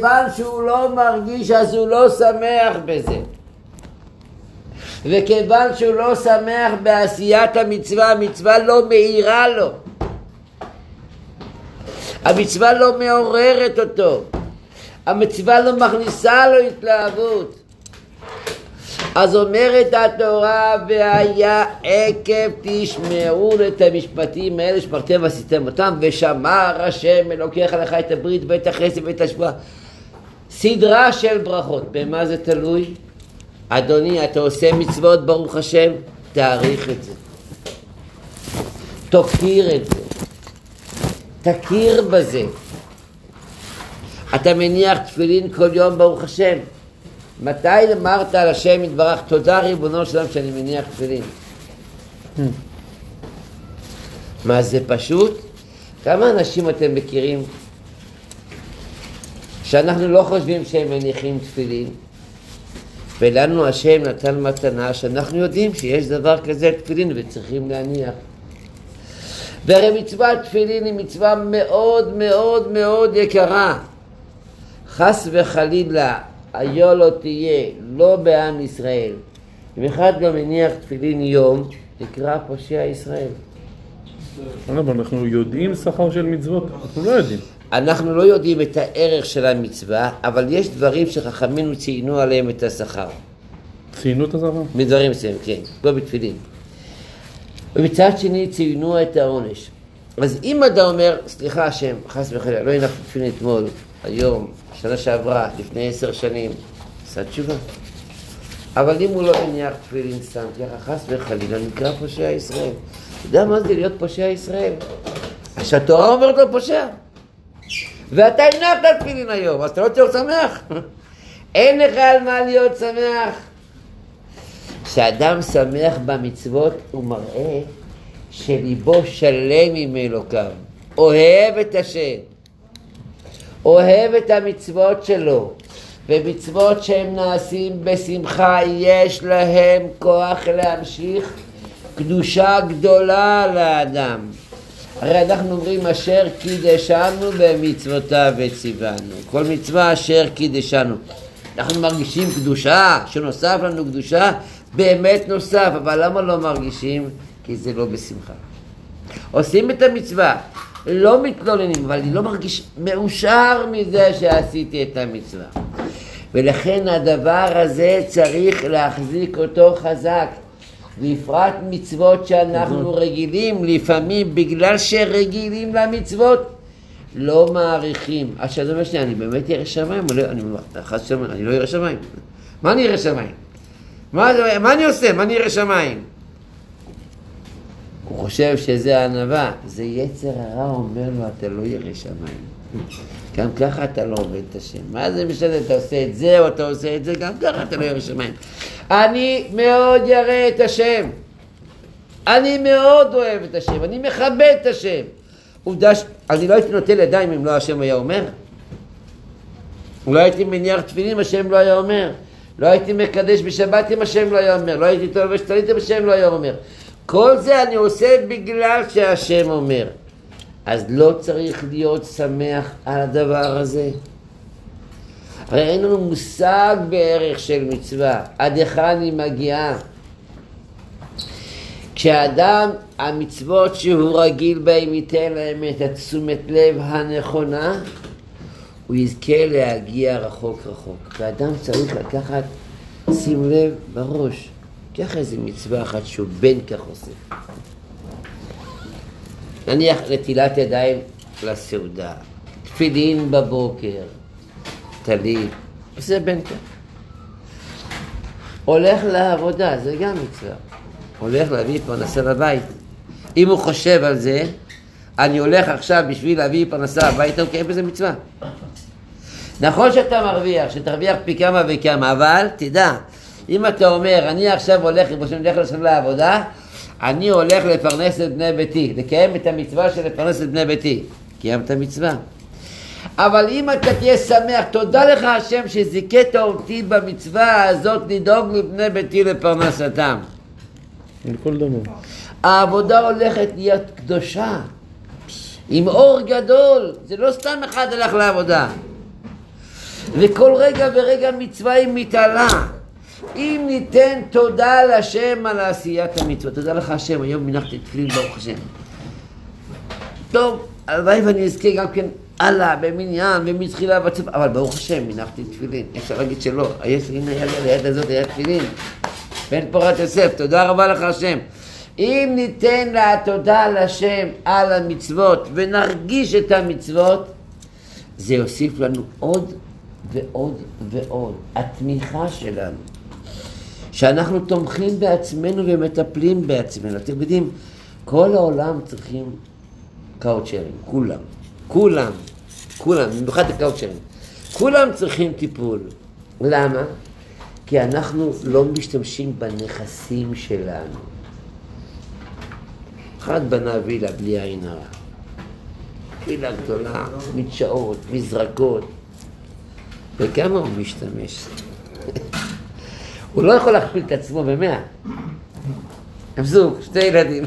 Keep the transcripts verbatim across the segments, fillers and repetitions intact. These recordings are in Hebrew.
וכיוון שהוא לא מרגיש אז הוא לא שמח בזה. וכיוון שהוא לא שמח בעשיית המצווה, המצווה לא מאירה לו. המצווה לא מעוררת אותו. המצווה לא מכניסה לו התלהבות. אז אומרת התורה, והיה עקב תשמעו את המשפטים האלה שמרתם ועשיתם אותם, ושמר השם אלוקיך לך את הברית ואת החסד ואת השבועה. סדרה של ברכות. במה זה תלוי? אדוני, אתה עושה מצוות ברוך השם, תעריך את זה, תוקיר את זה, תכיר בזה. אתה מניח תפילין כל יום ברוך השם. מתי אמרת על השם יתברך תודה ריבונו של עולם שאני מניח תפילין? מה זה פשוט? כמה אנשים אתם מכירים שאנחנו לא חושבים שהם מניחים תפילין, ולנו השם נתן מתנה שאנחנו יודעים שיש דבר כזה תפילין וצריכים להניח. והרי מצוות תפילין היא מצווה מאוד מאוד מאוד יקרה. חס וחלילה היה לא תהיה לא בעם ישראל, אם אחד לא מניח תפילין יום נקרא פושע ישראל. אבל אנחנו יודעים שכר של מצוות, אנחנו לא יודעים. אנחנו לא יודעים את הערך של המצווה, אבל יש דברים שחכמינו ציינו עליהם את השכר. ציינו את השכר? מדברים מסוימים, כן, לא בתפילין. ומצד שני ציינו את העונש. אז אם אתה אומר, סליחה השם, חס וחלילה, לא הנחתי תפילין אתמול, היום, שנה שעברה, לפני עשר שנים, עשה תשובה. אבל אם הוא לא מניח תפילין סתם, ככה חס וחלילה, נקרא פושע ישראל. אתה יודע מה זה להיות פושע ישראל? שהתורה אומרת לו פושע. ואתה הנחת תפילין היום, אז אתה לא תהיה שמח. אין לך על מה להיות שמח. כשאדם שמח במצוות הוא מראה שליבו שלם עם אלוקיו, אוהב את השם, אוהב את המצוות שלו, ומצוות שהם נעשים בשמחה יש להם כוח להמשיך קדושה גדולה לאדם. הרי אנחנו אומרים אשר קידשנו במצוותיו וציוונו, כל מצווה אשר קידשנו, אנחנו מרגישים קדושה, שנוסף לנו קדושה, באמת נוסף, אבל למה לא מרגישים? כי זה לא בשמחה. עושים את המצווה, לא מתלוננים, אבל אני לא מרגיש מאושר מזה שעשיתי את המצווה. ולכן הדבר הזה צריך להחזיק אותו חזק. בפרט מצוות שאנחנו רגילים, לפעמים בגלל שרגילים למצוות, לא מעריכים. אז שאתה אומר שנייה, אני באמת ירא שמיים? אני לא ירא שמיים. מה אני ירא שמיים? מה אני עושה? מה אני ירא שמיים? הוא חושב שזה ענווה, זה יצר הרע אומר לו, אתה לא ירא שמיים. גם ככה אתה לא עובד את השם. מה זה משנה, אתה עושה את זה או אתה עושה את זה, גם ככה אתה לא ירא שמיים. אני מאוד ירא את השם. אני מאוד אוהב את השם, אני מכבד את השם. עובדה ש... אני לא הייתי נוטל ידיים אם לא השם היה אומר. לא הייתי מניח תפילין, השם לא היה אומר. לא הייתי מקדש בשבת אם השם לא היה אומר. לא הייתי תולבש טלית אם השם לא היה אומר. כל זה אני עושה בגלל שהשם אומר. אז לא צריך להיות שמח על הדבר הזה. הרי אין לנו מושג בערך של מצווה. עד היכן היא מגיעה. כשאדם, המצוות שהוא רגיל בהם ייתן להם את התשומת לב הנכונה, הוא יזכה להגיע רחוק רחוק. ואדם צריך לקחת, שים לב בראש, ככה איזו מצווה אחת שהוא בין כך עושה. נניח נטילת ידיים לסעודה, תפילין בבוקר, טלית, זה בין כך. הולך לעבודה, זה גם מצווה. הולך להביא פרנסה לבית. אם הוא חושב על זה, אני הולך עכשיו בשביל להביא פרנסה הביתה, הוא קיים בזה מצווה. נכון שאתה מרוויח, שתרוויח פי כמה וכמה, אבל תדע, אם אתה אומר, אני עכשיו הולך, אם אני הולך לשם לעבודה, אני הולך לפרנס את בני ביתי, לקיים את המצווה של לפרנס את בני ביתי. קיים את המצווה. אבל אם אתה תהיה שמח, תודה לך השם שזיכית אותי במצווה הזאת לדאוג לבני ביתי לפרנסתם. לכל דבר. העבודה הולכת להיות קדושה, עם אור גדול. זה לא סתם אחד הלך לעבודה. וכל רגע ורגע מצווה היא מתעלה. אם ניתן תודה לשם על עשיית המצוות, תודה לך השם, היום מנחתי תפילין ברוך השם. טוב, הלוואי ואני אזכה גם כן הלאה, במניין, ומתחילה בצוף, אבל ברוך השם, מנחתי תפילין. אפשר להגיד שלא, יש לי היד על היד הזאת, היה תפילין. בן פורת יוסף, תודה רבה לך השם. אם ניתן לה תודה לשם על המצוות ונרגיש את המצוות, זה יוסיף לנו עוד ועוד ועוד. התמיכה שלנו, שאנחנו תומכים בעצמנו ומטפלים בעצמנו. אתם יודעים, כל העולם צריכים קאוצ'רים, כולם, כולם, כולם, במיוחד הקאוצ'רים. כולם צריכים טיפול. למה? כי אנחנו לא משתמשים בנכסים שלנו. אחד בנה וילה בלי עין הרע. וילה גדולה, מדשאות, מזרקות. וכמה הוא משתמש? הוא לא יכול להכפיל את עצמו במאה. הם זוג, שתי ילדים.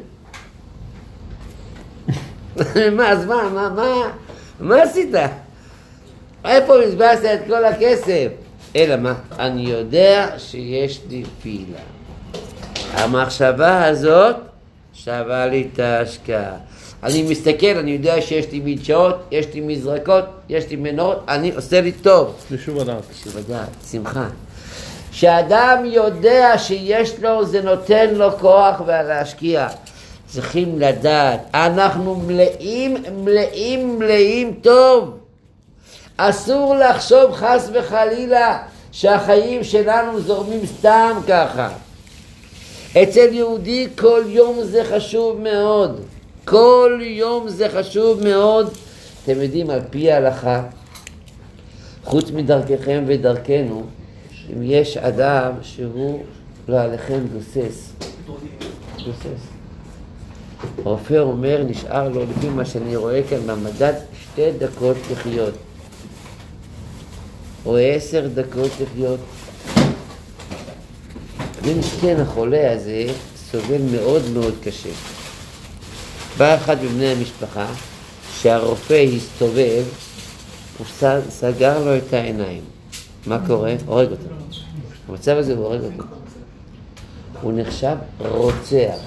מה, אז מה, מה, מה, מה עשית? איפה הזבזת את כל הכסף? אלא מה? אני יודע שיש לי פילה. המחשבה הזאת שווה לי את ההשקעה. אני מסתכל, אני יודע שיש לי מדשאות, יש לי מזרקות, יש לי מנורות, אני עושה לי טוב. בשוב הדעת. בשוב הדעת, שמחה. כשאדם יודע שיש לו, זה נותן לו כוח ולהשקיע. צריכים לדעת, אנחנו מלאים, מלאים, מלאים טוב. אסור לחשוב חס וחלילה שהחיים שלנו זורמים סתם ככה. אצל יהודי כל יום זה חשוב מאוד. כל יום זה חשוב מאוד. אתם יודעים, על פי ההלכה, חוץ מדרככם ודרכנו, אם יש אדם שהוא לא עליכם גוסס, גוסס. הרופא אומר, נשאר לו, לפי מה שאני רואה כאן במדד, שתי דקות לחיות. או עשר דקות לחיות. ומסכן החולה הזה סובל מאוד מאוד קשה. בא אחד מבני המשפחה, שהרופא הסתובב, הוא סגר לו את העיניים. מה קורה? הורג אותו. המצב הזה הוא הורג אותו. הוא נחשב רוצח.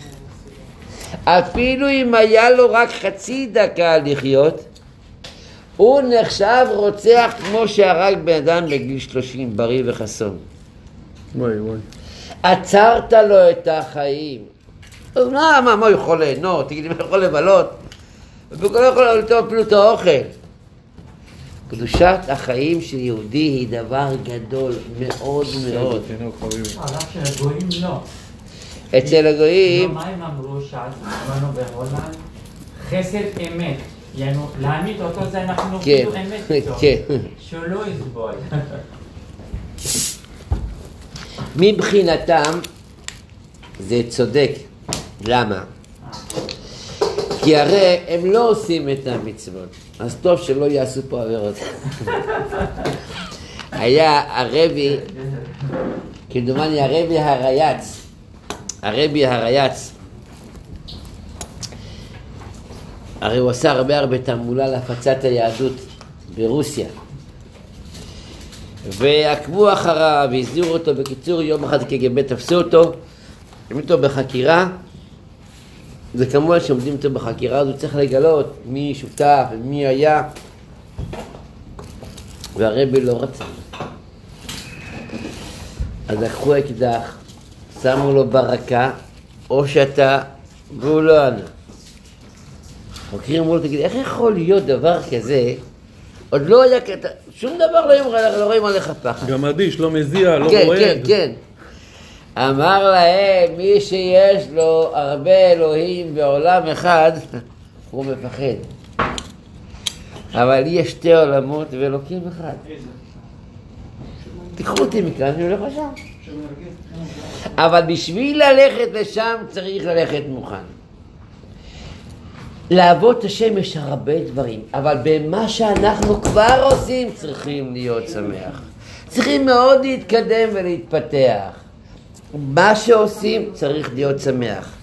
אפילו אם היה לו רק חצי דקה לחיות, הוא נחשב רוצח כמו שהרג בן אדם בגיל שלושים, בריא וחסון. וואי וואי. עצרת לו את החיים. אז מה, מה, מה הוא יכול ליהנות? תגיד, אם הוא יכול לבלות? הוא לא יכול לטוב אפילו את האוכל. קדושת החיים של יהודי היא דבר גדול מאוד מאוד. רק של הגויים לא. אצל הגויים... מה הם אמרו שאז אמרנו בהולנד? חסד אמת. יענו, להעמיד אותו זה אנחנו כאילו אמת איתו. שהוא לא יסבול. מבחינתם זה צודק. למה? כי הרי הם לא עושים את המצוות. אז טוב שלא יעשו פה עבירות. היה הרבי, כדומני הרבי הרייץ, הרבי הרייץ, הרי הוא עשה הרבה הרבה תעמולה להפצת היהדות ברוסיה. ועקבו אחריו והזהירו אותו. בקיצור, יום אחד קג"ב תפסו אותו, הם איתו בחקירה. זה כמובן שעומדים איתו בחקירה, אז הוא צריך לגלות מי שותף ומי היה. והרבי לא רצה. אז לקחו אקדח, שמו לו ברקה, או שאתה, והוא לא ענה. חוקרים אמרו לו, תגיד, איך יכול להיות דבר כזה? עוד לא היה כתה, שום דבר לא רואים עליך פחד. גם אדיש, לא מזיע, לא כן, רועד. כן, כן. אמר להם, מי שיש לו הרבה אלוהים בעולם אחד, הוא מפחד. אבל יש שתי עולמות ואלוקים אחד. תיקחו אותי מכאן, אני הולך לשם. אבל בשביל ללכת לשם צריך ללכת מוכן. לעבוד את השם יש הרבה דברים, אבל במה שאנחנו כבר עושים צריכים להיות שמח. צריכים מאוד להתקדם ולהתפתח. מה שעושים צריך להיות שמח.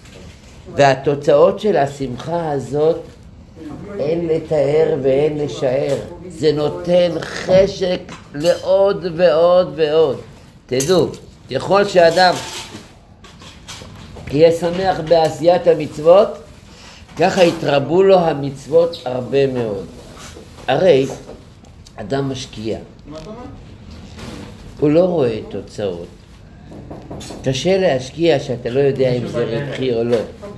והתוצאות של השמחה הזאת אין לתאר ואין לשער. זה נותן חשק לעוד ועוד ועוד. תדעו, ככל שאדם יהיה שמח בעשיית המצוות, ככה יתרבו לו המצוות הרבה מאוד. הרי אדם משקיע, הוא לא רואה תוצאות. קשה להשקיע שאתה לא יודע אם זה רווחי או לא.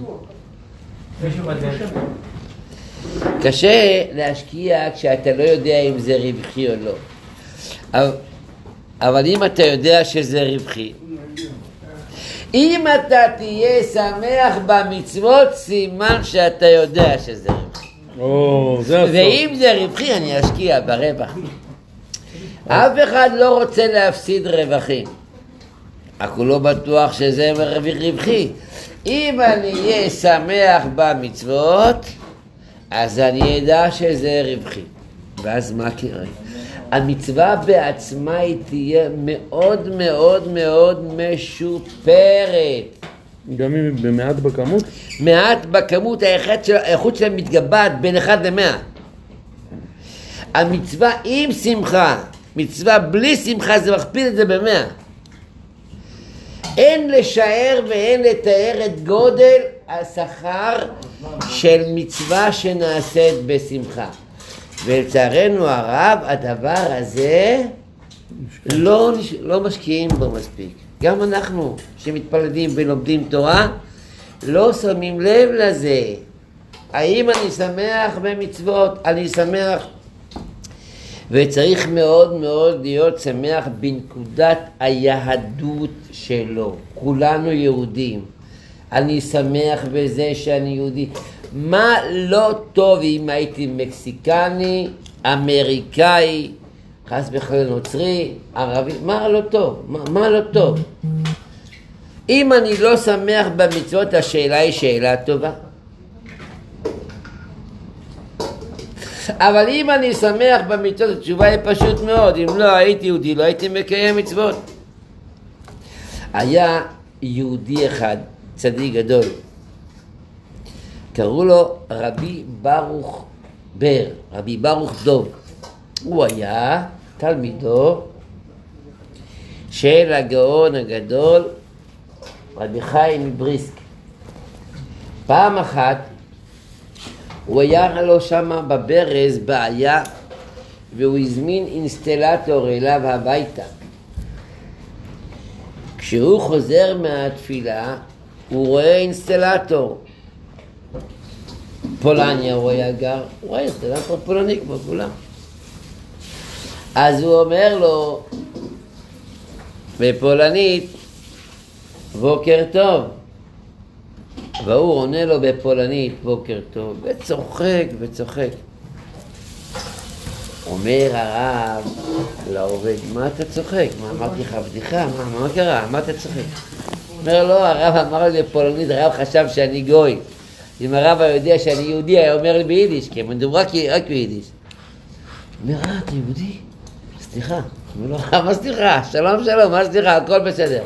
קשה להשקיע כשאתה לא יודע אם זה רווחי או לא. אבל, אבל אם אתה יודע שזה רווחי, אם אתה תהיה שמח במצוות, סימן שאתה יודע שזה רווחי. או, זה הסוף. ואם זה רווחי, אני אשקיע ברווח. אף אחד לא רוצה להפסיד רווחים. רק הוא לא בטוח שזה רווחי. אם אני אהיה שמח במצוות, אז אני אדע שזה רווחי. ואז מה קרה? המצווה בעצמה היא תהיה מאוד מאוד מאוד משופרת. גם אם במעט בכמות? מעט בכמות, האיכות שלה מתגבעת בין אחד למאה. המצווה עם שמחה, מצווה בלי שמחה זה מכפיל את זה במאה. אין לשער ואין לתאר את גודל השכר של מצווה שנעשית בשמחה. ולצערנו הרב, הדבר הזה לא, לא משקיעים בו מספיק. גם אנחנו שמתפללים ולומדים תורה, לא שמים לב לזה. האם אני שמח במצוות? אני שמח. וצריך מאוד מאוד להיות שמח בנקודת היהדות שלו. כולנו יהודים. אני שמח בזה שאני יהודי. מה לא טוב אם הייתי מקסיקני, אמריקאי, חס וחלילה נוצרי, ערבי? מה לא טוב? מה, מה לא טוב? אם אני לא שמח במצוות, השאלה היא שאלה טובה. אבל אם אני שמח במצוות, התשובה היא פשוט מאוד. אם לא הייתי יהודי, לא הייתי מקיים מצוות. היה יהודי אחד, צדיק גדול, קראו לו רבי ברוך בר, רבי ברוך דוב. הוא היה תלמידו של הגאון הגדול רבי חיים מבריסק. פעם אחת הוא היה לו שם בברז בעיה, והוא הזמין אינסטלטור אליו הביתה. כשהוא חוזר מהתפילה הוא רואה אינסטלטור פולניה, הוא היה גר, הוא רואה אינסטלטור פולני כמו כולם. אז הוא אומר לו בפולנית, בוקר טוב. והוא עונה לו בפולנית, בוקר טוב, וצוחק וצוחק. אומר הרב לעובד, מה אתה צוחק? מה אמרתי לך בדיחה? מה, מה קרה? מה אתה צוחק? אומר לו, הרב אמר לי בפולנית, הרב חשב שאני גוי. אם הרב יודע שאני יהודי, היה אומר לי ביידיש, כי הם מדברים רק, רק ביידיש. אומר, אה, אתה יהודי? סליחה. אומר לו, מה סליחה? שלום שלום, מה סליחה? הכל בסדר.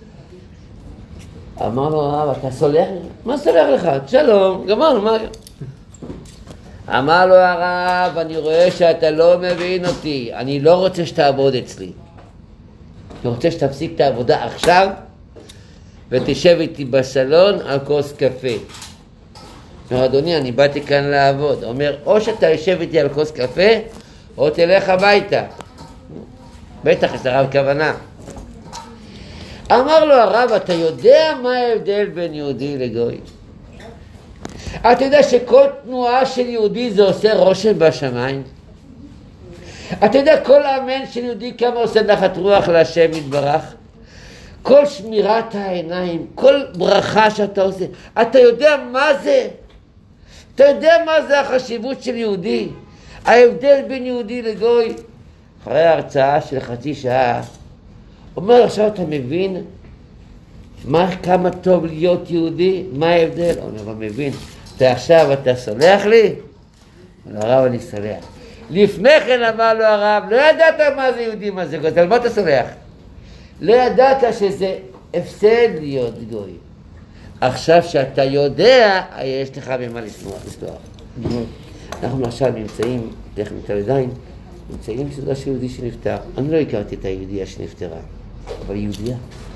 אמר לו הרב, אתה סולח לי? מה סולח לך? שלום, גמרנו, מה? אמר לו הרב, אני רואה שאתה לא מבין אותי, אני לא רוצה שתעבוד אצלי. אני רוצה שתפסיק את העבודה עכשיו, ותשב איתי בסלון על כוס קפה. אומר, אדוני, אני באתי כאן לעבוד. אומר, או שאתה יושב איתי על כוס קפה, או תלך הביתה. בטח, יש הרב כוונה. אמר לו הרב, אתה יודע מה ההבדל בין יהודי לגוי? אתה יודע שכל תנועה של יהודי זה עושה רושם בשמיים? אתה יודע כל אמן של יהודי כמה עושה נחת רוח להשם יתברך? כל שמירת העיניים, כל ברכה שאתה עושה, אתה יודע מה זה? אתה יודע מה זה החשיבות של יהודי? ההבדל בין יהודי לגוי? אחרי ההרצאה של חצי שעה, אומר, עכשיו אתה מבין מה, כמה טוב להיות יהודי? מה ההבדל? אומר, לא מבין. אתה עכשיו, אתה סולח לי? אומר, הרב, אני סולח. לפני כן אמר לו הרב, לא ידעת מה זה יהודי, מה זה גוי, על מה אתה סולח? לא ידעת שזה הפסד להיות גוי. עכשיו שאתה יודע, יש לך במה לסלוח. אנחנו עכשיו נמצאים, טכנית על ידיים, נמצאים בסעודה של יהודי שנפטר. אני לא הכרתי את היהודייה שנפטרה, אבל היא יהודייה.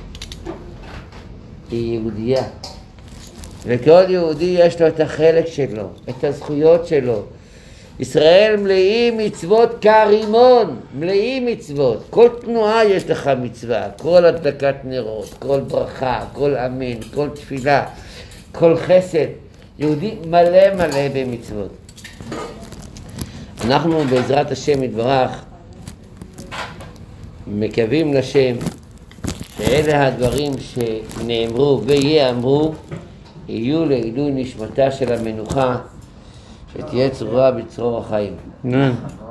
היא יהודייה. וכל יהודי יש לו את החלק שלו, את הזכויות שלו. ישראל מלאים מצוות כרימון, מלאים מצוות. כל תנועה יש לך מצווה, כל הדלקת נרות, כל ברכה, כל אמן, כל תפילה, כל חסד. יהודי מלא מלא במצוות. אנחנו בעזרת השם יתברך מקווים לשם שאלה הדברים שנאמרו ויאמרו יהיו לעילוי נשמתה של המנוחה, שתהיה צרורה בצרור החיים.